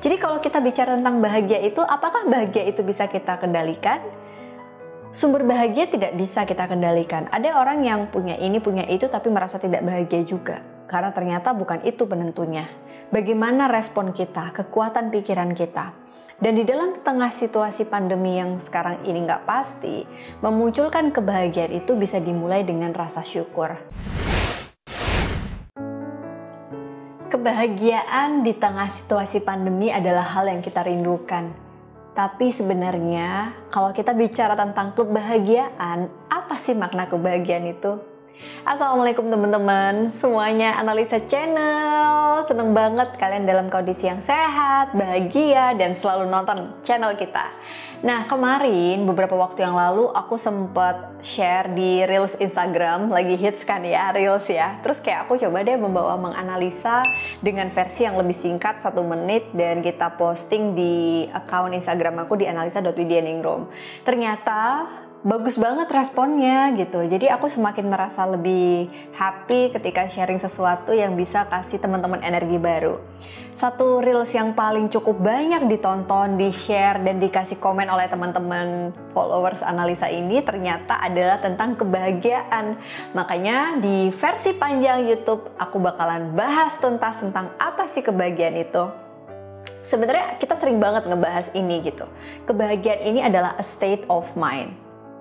Jadi kalau kita bicara tentang bahagia itu, apakah bahagia itu bisa kita kendalikan? Sumber bahagia tidak bisa kita kendalikan. Ada orang yang punya ini, punya itu, tapi merasa tidak bahagia juga. Karena ternyata bukan itu penentunya. Bagaimana respon kita, kekuatan pikiran kita. Dan di dalam tengah situasi pandemi yang sekarang ini nggak pasti, memunculkan kebahagiaan itu bisa dimulai dengan rasa syukur. Kebahagiaan di tengah situasi pandemi adalah hal yang kita rindukan. Tapi sebenarnya kalau kita bicara tentang kebahagiaan, apa sih makna kebahagiaan itu? Assalamualaikum teman-teman, semuanya Analisa Channel. Seneng banget kalian dalam kondisi yang sehat, bahagia, dan selalu nonton channel kita. Nah, kemarin beberapa waktu yang lalu aku sempat share di Reels Instagram, lagi hits kan ya Reels ya. Terus kayak aku coba deh membawa menganalisa dengan versi yang lebih singkat 1 menit dan kita posting di akun Instagram aku di analisa.widyaningrum. Ternyata bagus banget responnya gitu. Jadi aku semakin merasa lebih happy ketika sharing sesuatu yang bisa kasih teman-teman energi baru. Satu reels yang paling cukup banyak ditonton, di-share, dan dikasih komen oleh teman-teman followers Analisa ini ternyata adalah tentang kebahagiaan. Makanya di versi panjang YouTube aku bakalan bahas tuntas tentang apa sih kebahagiaan itu. Sebenarnya kita sering banget ngebahas ini gitu. Kebahagiaan ini adalah a state of mind.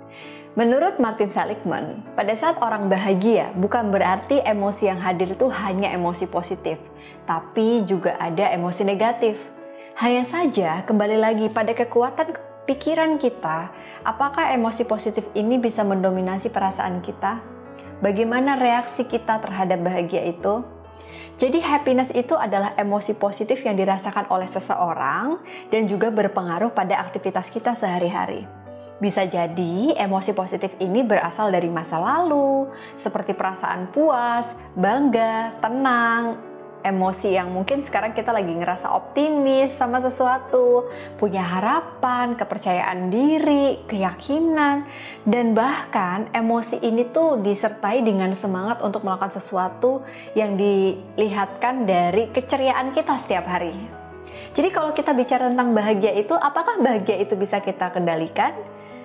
Menurut Martin Seligman, pada saat orang bahagia bukan berarti emosi yang hadir itu hanya emosi positif, tapi juga ada emosi negatif. Hanya saja kembali lagi pada kekuatan pikiran kita, apakah emosi positif ini bisa mendominasi perasaan kita? Bagaimana reaksi kita terhadap bahagia itu? Jadi happiness itu adalah emosi positif yang dirasakan oleh seseorang dan juga berpengaruh pada aktivitas kita sehari-hari. Bisa jadi emosi positif ini berasal dari masa lalu, seperti perasaan puas, bangga, tenang, emosi yang mungkin sekarang kita lagi ngerasa optimis sama sesuatu, punya harapan, kepercayaan diri, keyakinan, dan bahkan emosi ini tuh disertai dengan semangat untuk melakukan sesuatu yang dilihatkan dari keceriaan kita setiap hari. Jadi kalau kita bicara tentang bahagia itu, apakah bahagia itu bisa kita kendalikan?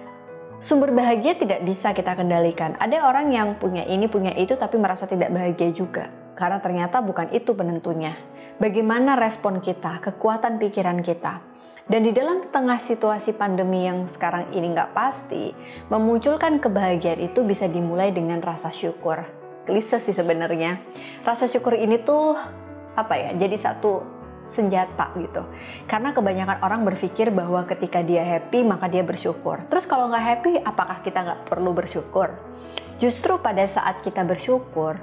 Sumber bahagia tidak bisa kita kendalikan. Ada orang yang punya ini, punya itu, tapi merasa tidak bahagia juga. Karena ternyata bukan itu penentunya. Bagaimana respon kita, kekuatan pikiran kita. Dan di dalam tengah situasi pandemi yang sekarang ini nggak pasti, memunculkan kebahagiaan itu bisa dimulai dengan rasa syukur. Klise sih sebenarnya. Rasa syukur ini tuh jadi satu senjata gitu. Karena kebanyakan orang berpikir bahwa ketika dia happy maka dia bersyukur. Terus kalau nggak happy, apakah kita nggak perlu bersyukur? Justru pada saat kita bersyukur,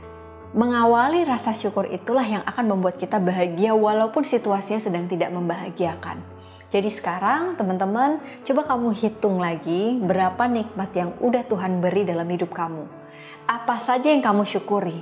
mengawali rasa syukur itulah yang akan membuat kita bahagia walaupun situasinya sedang tidak membahagiakan. Jadi sekarang teman-teman, coba kamu hitung lagi berapa nikmat yang udah Tuhan beri dalam hidup kamu. Apa saja yang kamu syukuri?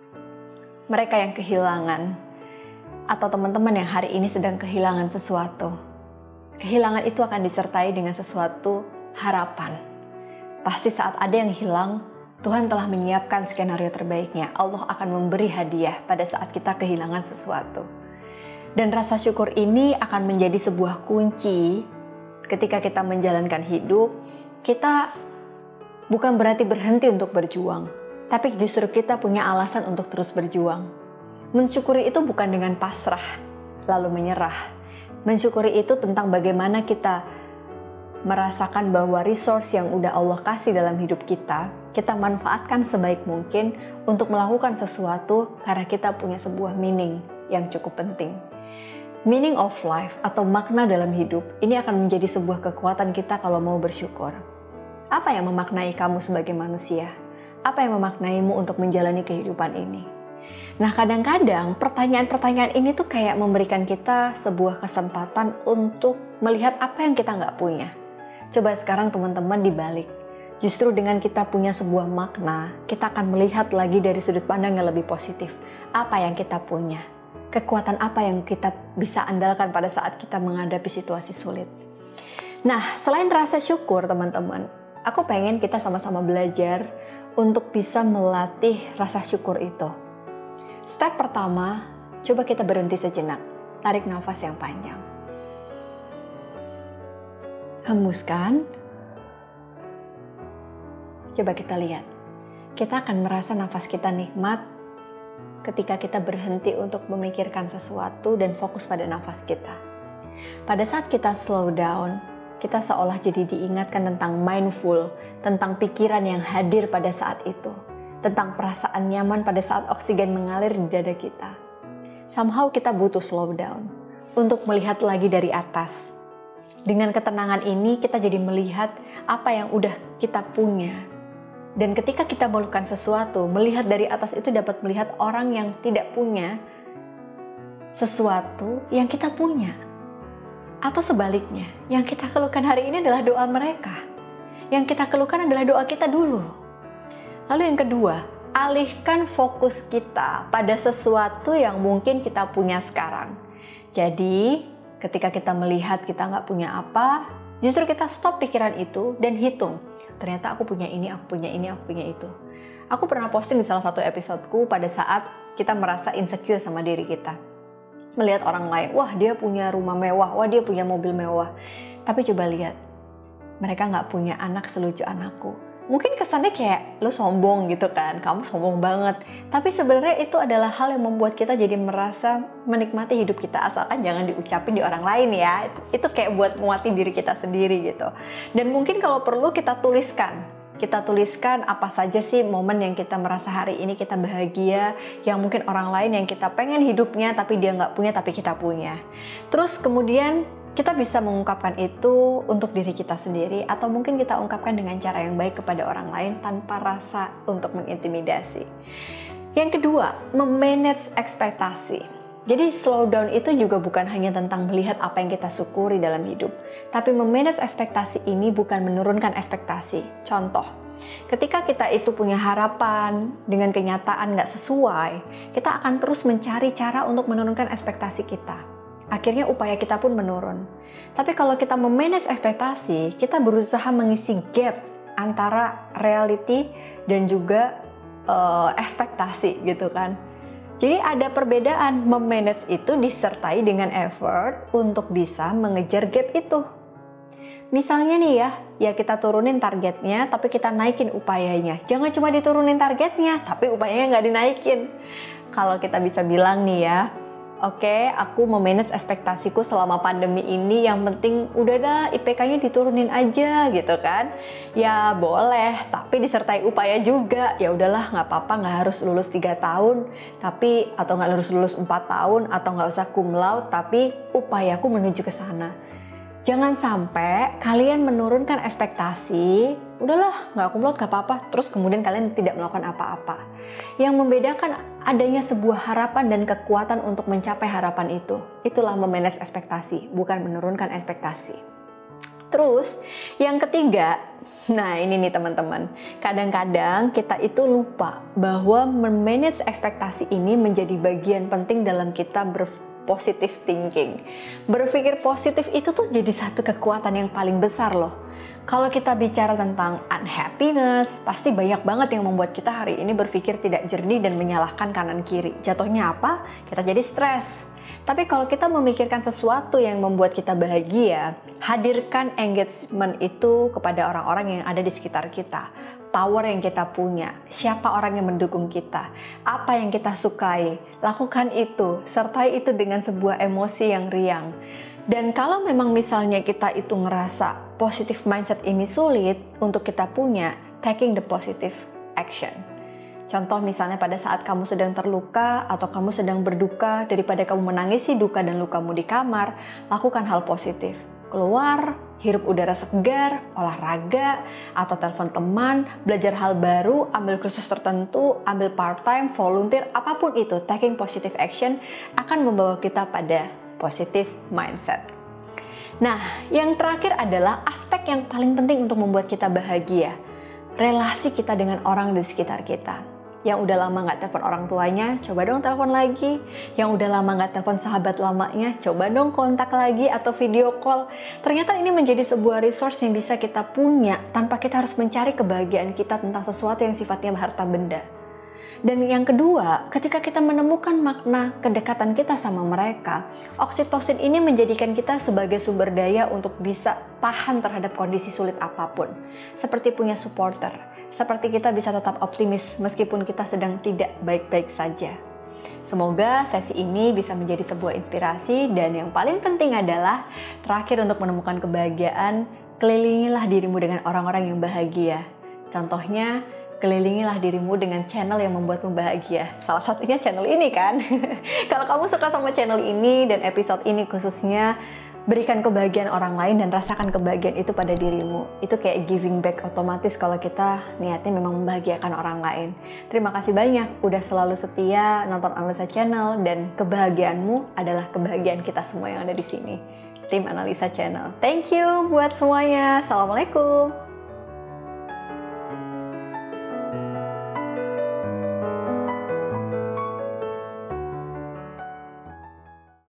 Mereka yang kehilangan, atau teman-teman yang hari ini sedang kehilangan sesuatu. Kehilangan itu akan disertai dengan sesuatu harapan. Pasti saat ada yang hilang, Tuhan telah menyiapkan skenario terbaiknya. Allah akan memberi hadiah pada saat kita kehilangan sesuatu. Dan rasa syukur ini akan menjadi sebuah kunci ketika kita menjalankan hidup. Kita bukan berarti berhenti untuk berjuang, tapi justru kita punya alasan untuk terus berjuang. Mensyukuri itu bukan dengan pasrah, lalu menyerah. Mensyukuri itu tentang bagaimana kita merasakan bahwa resource yang udah Allah kasih dalam hidup kita manfaatkan sebaik mungkin untuk melakukan sesuatu karena kita punya sebuah meaning yang cukup penting. Meaning of life atau makna dalam hidup, ini akan menjadi sebuah kekuatan kita kalau mau bersyukur. Apa yang memaknai kamu sebagai manusia? Apa yang memaknaimu untuk menjalani kehidupan ini? Nah, kadang-kadang pertanyaan-pertanyaan ini tuh kayak memberikan kita sebuah kesempatan untuk melihat apa yang kita nggak punya. Coba sekarang teman-teman dibalik. Justru dengan kita punya sebuah makna, kita akan melihat lagi dari sudut pandang yang lebih positif. Apa yang kita punya? Kekuatan apa yang kita bisa andalkan pada saat kita menghadapi situasi sulit? Nah, selain rasa syukur teman-teman, aku pengen kita sama-sama belajar untuk bisa melatih rasa syukur itu. Step pertama, coba kita berhenti sejenak. tarik nafas yang panjang. Hembuskan. Coba kita lihat. Kita akan merasa nafas kita nikmat ketika kita berhenti untuk memikirkan sesuatu dan fokus pada nafas kita. Pada saat kita slow down, kita seolah jadi diingatkan tentang mindful, tentang pikiran yang hadir pada saat itu, tentang perasaan nyaman pada saat oksigen mengalir di dada kita. Somehow kita butuh slow down untuk melihat lagi dari atas. Dengan ketenangan ini kita jadi melihat apa yang udah kita punya. Dan ketika kita melakukan sesuatu, melihat dari atas itu dapat melihat orang yang tidak punya sesuatu yang kita punya. Atau sebaliknya, yang kita keluhkan hari ini adalah doa mereka. Yang kita keluhkan adalah doa kita dulu. Lalu yang kedua, alihkan fokus kita pada sesuatu yang mungkin kita punya sekarang. Jadi, ketika kita melihat kita nggak punya apa, justru kita stop pikiran itu dan hitung. Ternyata aku punya ini, aku punya ini, aku punya itu. Aku pernah posting di salah satu episodeku pada saat kita merasa insecure sama diri kita. Melihat orang lain, wah dia punya rumah mewah, wah dia punya mobil mewah. Tapi coba lihat, mereka nggak punya anak selucu anakku. Mungkin kesannya kayak, lu sombong gitu kan, kamu sombong banget. Tapi sebenarnya itu adalah hal yang membuat kita jadi merasa menikmati hidup kita, asalkan jangan diucapin di orang lain ya. Itu kayak buat nguatin diri kita sendiri gitu. Dan mungkin kalau perlu kita tuliskan apa saja sih momen yang kita merasa hari ini kita bahagia, yang mungkin orang lain yang kita pengen hidupnya tapi dia nggak punya tapi kita punya. Terus kemudian kita bisa mengungkapkan itu untuk diri kita sendiri atau mungkin kita ungkapkan dengan cara yang baik kepada orang lain tanpa rasa untuk mengintimidasi. Yang kedua, memanage ekspektasi. Jadi slow down itu juga bukan hanya tentang melihat apa yang kita syukuri dalam hidup, tapi memanage ekspektasi ini bukan menurunkan ekspektasi. Contoh, ketika kita itu punya harapan dengan kenyataan nggak sesuai, kita akan terus mencari cara untuk menurunkan ekspektasi kita. Akhirnya upaya kita pun menurun. Tapi kalau kita memanage ekspektasi, kita berusaha mengisi gap antara reality dan juga ekspektasi gitu kan. Jadi ada perbedaan, memanage itu disertai dengan effort untuk bisa mengejar gap itu. Misalnya nih ya kita turunin targetnya tapi kita naikin upayanya. Jangan cuma diturunin targetnya tapi upayanya nggak dinaikin. Kalau kita bisa bilang nih ya, oke, aku memanage ekspektasiku selama pandemi ini, yang penting udah dah IPK-nya diturunin aja gitu kan. Ya boleh, tapi disertai upaya juga. Ya udahlah, nggak apa-apa, nggak harus lulus 3 tahun, tapi atau nggak harus lulus 4 tahun, atau nggak usah cum laude, tapi upayaku menuju ke sana. Jangan sampai kalian menurunkan ekspektasi, udahlah nggak cum laude nggak apa-apa, terus kemudian kalian tidak melakukan apa-apa. Yang membedakan adanya sebuah harapan dan kekuatan untuk mencapai harapan itu, itulah memanage ekspektasi, bukan menurunkan ekspektasi. Terus yang ketiga, nah ini nih teman-teman, kadang-kadang kita itu lupa bahwa memanage ekspektasi ini menjadi bagian penting dalam kita positive thinking. Berpikir positif itu tuh jadi satu kekuatan yang paling besar loh. Kalau kita bicara tentang unhappiness, pasti banyak banget yang membuat kita hari ini berpikir tidak jernih dan menyalahkan kanan kiri. Jatuhnya apa? Kita jadi stres. Tapi kalau kita memikirkan sesuatu yang membuat kita bahagia, hadirkan engagement itu kepada orang-orang yang ada di sekitar kita. Power yang kita punya, siapa orang yang mendukung kita, apa yang kita sukai, lakukan itu, sertai itu dengan sebuah emosi yang riang. Dan kalau memang misalnya kita itu ngerasa positive mindset ini sulit untuk kita punya, taking the positive action. Contoh misalnya pada saat kamu sedang terluka atau kamu sedang berduka, daripada kamu menangisi duka dan lukamu di kamar, lakukan hal positif. Keluar, hirup udara segar, olahraga, atau telepon teman, belajar hal baru, ambil kursus tertentu, ambil part-time, volunteer, apapun itu, taking positive action akan membawa kita pada positive mindset. Nah, yang terakhir adalah aspek yang paling penting untuk membuat kita bahagia. Relasi kita dengan orang di sekitar kita. Yang udah lama nggak telepon orang tuanya, coba dong telepon lagi. Yang udah lama nggak telepon sahabat lamanya, coba dong kontak lagi atau video call. Ternyata ini menjadi sebuah resource yang bisa kita punya tanpa kita harus mencari kebahagiaan kita tentang sesuatu yang sifatnya harta benda. Dan yang kedua, ketika kita menemukan makna kedekatan kita sama mereka, oksitosin ini menjadikan kita sebagai sumber daya untuk bisa tahan terhadap kondisi sulit apapun. Seperti punya supporter, seperti kita bisa tetap optimis meskipun kita sedang tidak baik-baik saja. Semoga sesi ini bisa menjadi sebuah inspirasi, dan yang paling penting adalah terakhir untuk menemukan kebahagiaan, kelilingilah dirimu dengan orang-orang yang bahagia. Contohnya, kelilingilah dirimu dengan channel yang membuatmu bahagia. Salah satunya channel ini kan. Kalau kamu suka sama channel ini dan episode ini khususnya, berikan kebahagiaan orang lain dan rasakan kebahagiaan itu pada dirimu. Itu kayak giving back otomatis kalau kita niatnya memang membahagiakan orang lain. Terima kasih banyak udah selalu setia nonton Analisa Channel, dan kebahagiaanmu adalah kebahagiaan kita semua yang ada di sini. Tim Analisa Channel. Thank you buat semuanya. Assalamualaikum.